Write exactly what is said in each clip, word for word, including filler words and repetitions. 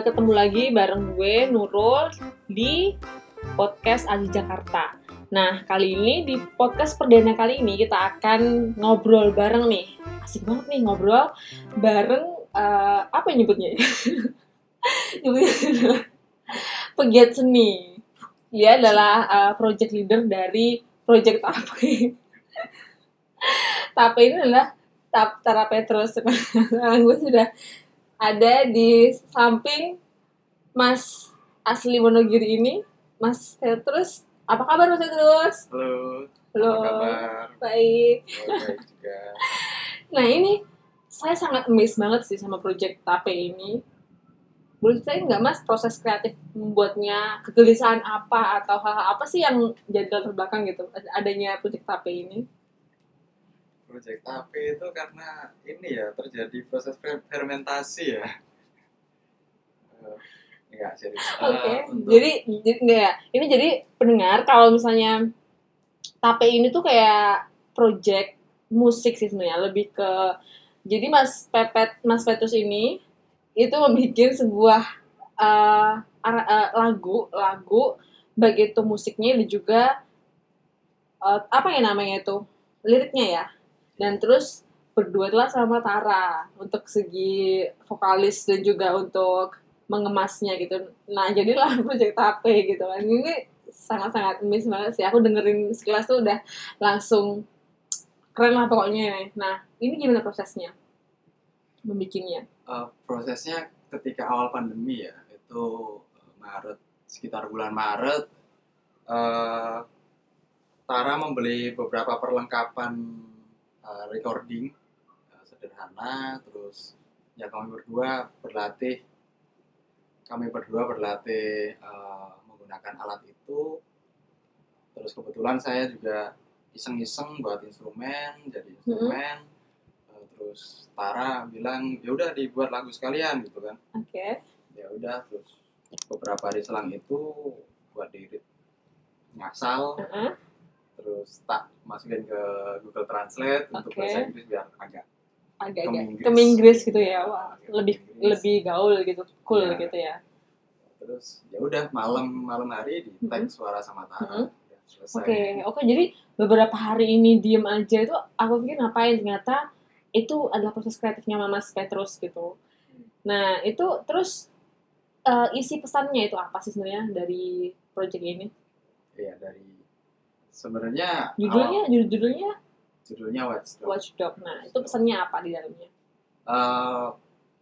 ketemu lagi bareng gue Nurul di podcast Aji Jakarta. Nah, kali ini di podcast perdana kali ini kita akan ngobrol bareng nih. Asik banget nih ngobrol bareng uh, apa yang nyebutnya ya? Nyebutnya adalah pegiat seni. Dia adalah uh, project leader dari project Tape. Tape ini adalah Tap Tara Petrus. Sekarang gue sudah ada di samping Mas asli Wonogiri ini, Mas Petrus. Apa kabar Mas Petrus? Halo. Halo. Apa kabar? Baik. Oh, baik juga. Nah ini saya sangat amazed banget sih sama project Tape ini. Boleh ceritain nggak Mas proses kreatif membuatnya, kegelisahan apa atau hal-hal apa sih yang jadi latar belakang gitu adanya project Tape ini? Project Tape itu karena ini ya terjadi proses fermentasi ya. Uh, enggak serius. Oke. Okay. Uh, untuk... Jadi jadi enggak ya. Ini jadi pendengar kalau misalnya Tape ini tuh kayak project musik sih sebenarnya, lebih ke jadi Mas Pepet Mas Petrus ini itu membuat sebuah uh, uh, lagu lagu baik itu musiknya dan juga uh, apa ya namanya itu liriknya ya. Dan terus berduetlah sama Tara untuk segi vokalis dan juga untuk mengemasnya gitu. Nah, jadilah project Tape gitu kan. Ini sangat-sangat miss banget sih. Aku dengerin sekilas tuh udah langsung keren lah pokoknya. Nah, ini gimana prosesnya membikinnya? Uh, prosesnya ketika awal pandemi ya, itu Maret, sekitar bulan Maret, uh, Tara membeli beberapa perlengkapan Uh, recording uh, sederhana, terus ya kami berdua berlatih kami berdua berlatih uh, menggunakan alat itu. Terus kebetulan saya juga iseng-iseng buat instrumen, jadi instrumen. Mm-hmm. uh, terus Tara bilang ya udah dibuat lagu sekalian gitu kan. Oke. Okay. Ya udah, terus beberapa hari selang itu buat dirit ngasal. Uh-huh. Terus tak masukin ke Google Translate. Okay. Untuk bahasa Inggris biar agak agak keminggris gitu ya. Wah, lebih lebih gaul gitu, cool ya. Gitu ya. Terus ya udah malam malam hari di tag mm-hmm. suara sama Tara. Mm-hmm. Oke, okay. oke okay, jadi beberapa hari ini diem aja itu aku pikir ngapain, ternyata itu adalah proses kreatifnya Mas Petrus gitu. Nah, itu terus uh, isi pesannya itu apa sih sebenarnya dari project ini? Iya, dari sebenarnya judulnya awal, judulnya judulnya Watchdog. Watchdog. Nah, itu pesannya apa di dalamnya? Uh,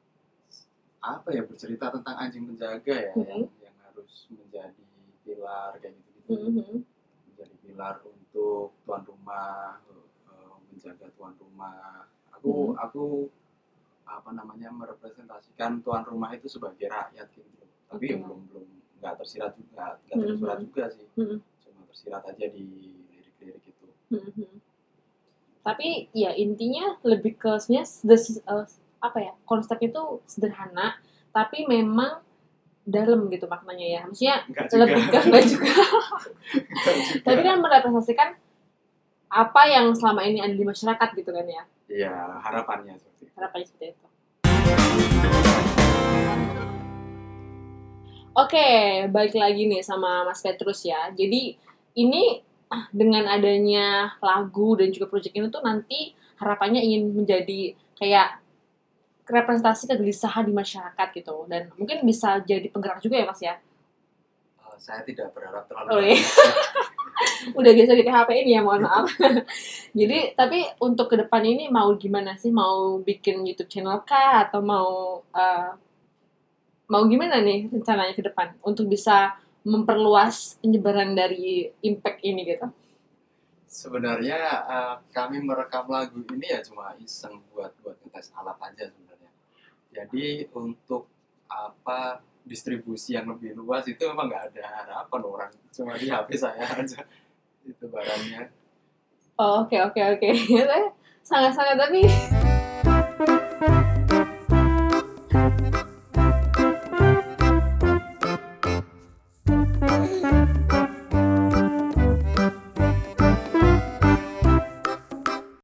apa ya, bercerita tentang anjing penjaga ya, mm-hmm. yang, yang harus menjadi pilar kayak gitu-gitu. Mm-hmm. Menjadi pilar untuk tuan rumah, uh, menjaga tuan rumah. Aku mm-hmm. aku apa namanya merepresentasikan tuan rumah itu sebagai rakyat gitu. Tapi okay. ya belum belum nggak tersirat juga, nggak tersirat mm-hmm. juga sih. Mm-hmm. Tersirat aja di lirik-lirik itu. Mm-hmm. Tapi ya intinya lebih ke sebenarnya uh, apa ya, konsep itu sederhana tapi memang dalam gitu maknanya ya. Maksudnya lebih ke enggak juga. Tapi kan merepresentasikan apa yang selama ini ada di masyarakat gitu kan ya. Iya, harapannya seperti itu. Harapannya seperti itu. Oke, balik lagi nih sama Mas Petrus ya. Jadi ini dengan adanya lagu dan juga proyek ini tuh nanti harapannya ingin menjadi kayak representasi kegelisahan di masyarakat gitu, dan mungkin bisa jadi penggerak juga ya Mas ya? Uh, saya tidak berharap terlalu oh, iya. Udah biasa di P H P ini ya, mohon maaf. Jadi tapi untuk ke depan ini mau gimana sih? Mau bikin YouTube channel kah? Atau mau uh, mau gimana nih rencananya ke depan untuk bisa memperluas penyebaran dari impact ini gitu? Sebenarnya uh, kami merekam lagu ini ya cuma iseng buat buat ngetes alat aja sebenarnya. Jadi untuk apa distribusi yang lebih luas itu memang nggak ada harapan, orang cuma di H P saya aja itu barangnya. Oh, oke oke oke. Sangat-sangat tapi